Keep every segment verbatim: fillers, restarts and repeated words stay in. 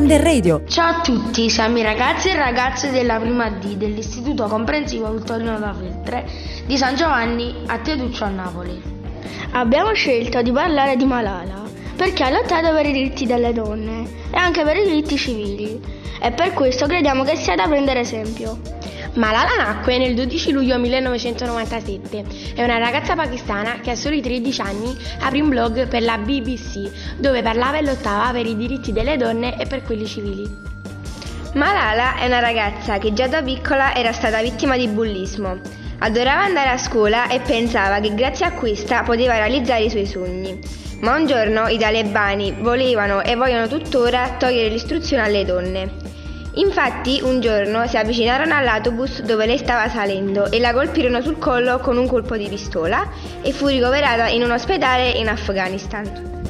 Grande Radio. Ciao a tutti, siamo i ragazzi e ragazze della prima D dell'Istituto Comprensivo Vittorino da Feltre di San Giovanni a Teduccio a Napoli. Abbiamo scelto di parlare di Malala perché ha lottato per i diritti delle donne e anche per i diritti civili e per questo crediamo che sia da prendere esempio. Malala nacque nel dodici luglio millenovecentonovantasette. È una ragazza pakistana che a soli tredici anni aprì un blog per la B B C dove parlava e lottava per i diritti delle donne e per quelli civili. Malala è una ragazza che già da piccola era stata vittima di bullismo. Adorava andare a scuola e pensava che grazie a questa poteva realizzare i suoi sogni. Ma un giorno i talebani volevano e vogliono tuttora togliere l'istruzione alle donne. Infatti un giorno si avvicinarono all'autobus dove lei stava salendo e la colpirono sul collo con un colpo di pistola e fu ricoverata in un ospedale in Afghanistan.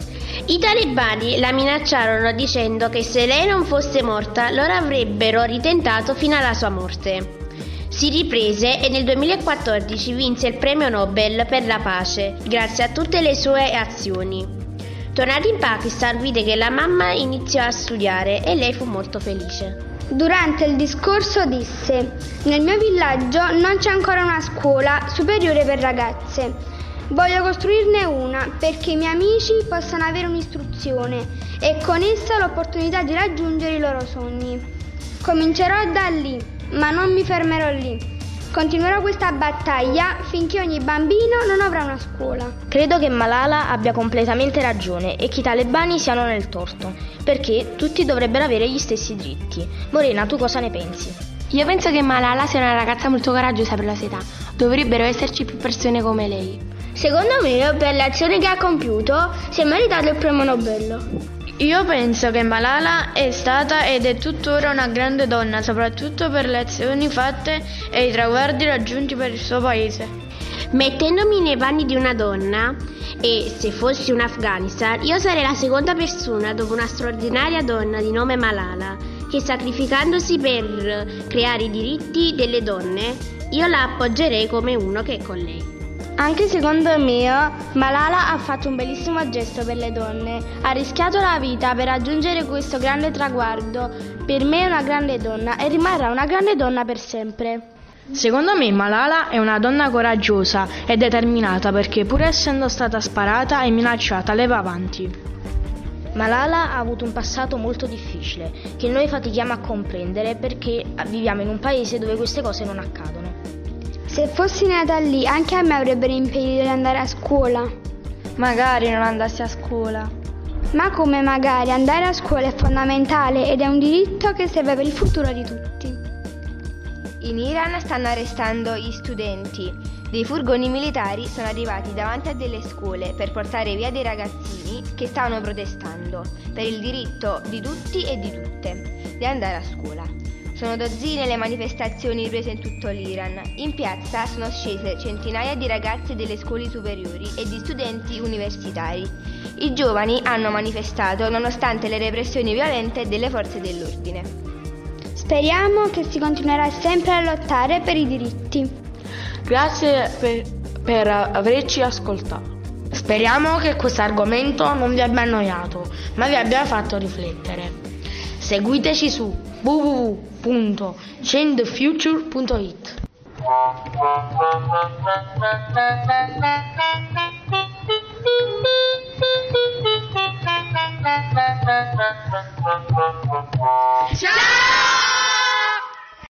I talebani la minacciarono dicendo che se lei non fosse morta loro avrebbero ritentato fino alla sua morte. Si riprese e nel duemilaquattordici vinse il premio Nobel per la pace grazie a tutte le sue azioni. Tornata in Pakistan vide che la mamma iniziò a studiare e lei fu molto felice. Durante il discorso disse: nel mio villaggio non c'è ancora una scuola superiore per ragazze. Voglio costruirne una perché i miei amici possano avere un'istruzione e con essa l'opportunità di raggiungere i loro sogni. Comincerò da lì, ma non mi fermerò lì. Continuerò questa battaglia finché ogni bambino non avrà una scuola. Credo che Malala abbia completamente ragione e che i talebani siano nel torto, perché tutti dovrebbero avere gli stessi diritti. Morena, tu cosa ne pensi? Io penso che Malala sia una ragazza molto coraggiosa per la sua età. Dovrebbero esserci più persone come lei. Secondo me, per le azioni che ha compiuto, si è meritato il premio Nobel. Io penso che Malala è stata ed è tuttora una grande donna, soprattutto per le azioni fatte e i traguardi raggiunti per il suo paese. Mettendomi nei panni di una donna, e se fossi un Afghanistan, io sarei la seconda persona dopo una straordinaria donna di nome Malala, che sacrificandosi per creare i diritti delle donne, io la appoggerei come uno che è con lei. Anche secondo me Malala ha fatto un bellissimo gesto per le donne, ha rischiato la vita per raggiungere questo grande traguardo. Per me è una grande donna e rimarrà una grande donna per sempre. Secondo me Malala è una donna coraggiosa e determinata perché pur essendo stata sparata e minacciata leva avanti. Malala ha avuto un passato molto difficile che noi fatichiamo a comprendere perché viviamo in un paese dove queste cose non accadono. Se fossi nata lì, anche a me avrebbero impedito di andare a scuola. Magari non andassi a scuola. Ma come magari? Andare a scuola è fondamentale ed è un diritto che serve per il futuro di tutti. In Iran stanno arrestando gli studenti. Dei furgoni militari sono arrivati davanti a delle scuole per portare via dei ragazzini che stavano protestando per il diritto di tutti e di tutte di andare a scuola. Sono dozzine le manifestazioni prese in tutto l'Iran. In piazza sono scese centinaia di ragazze delle scuole superiori e di studenti universitari. I giovani hanno manifestato nonostante le repressioni violente delle forze dell'ordine. Speriamo che si continuerà sempre a lottare per i diritti. Grazie per, per averci ascoltato. Speriamo che questo argomento non vi abbia annoiato, ma vi abbia fatto riflettere. Seguiteci su w w w punto change the future punto i t.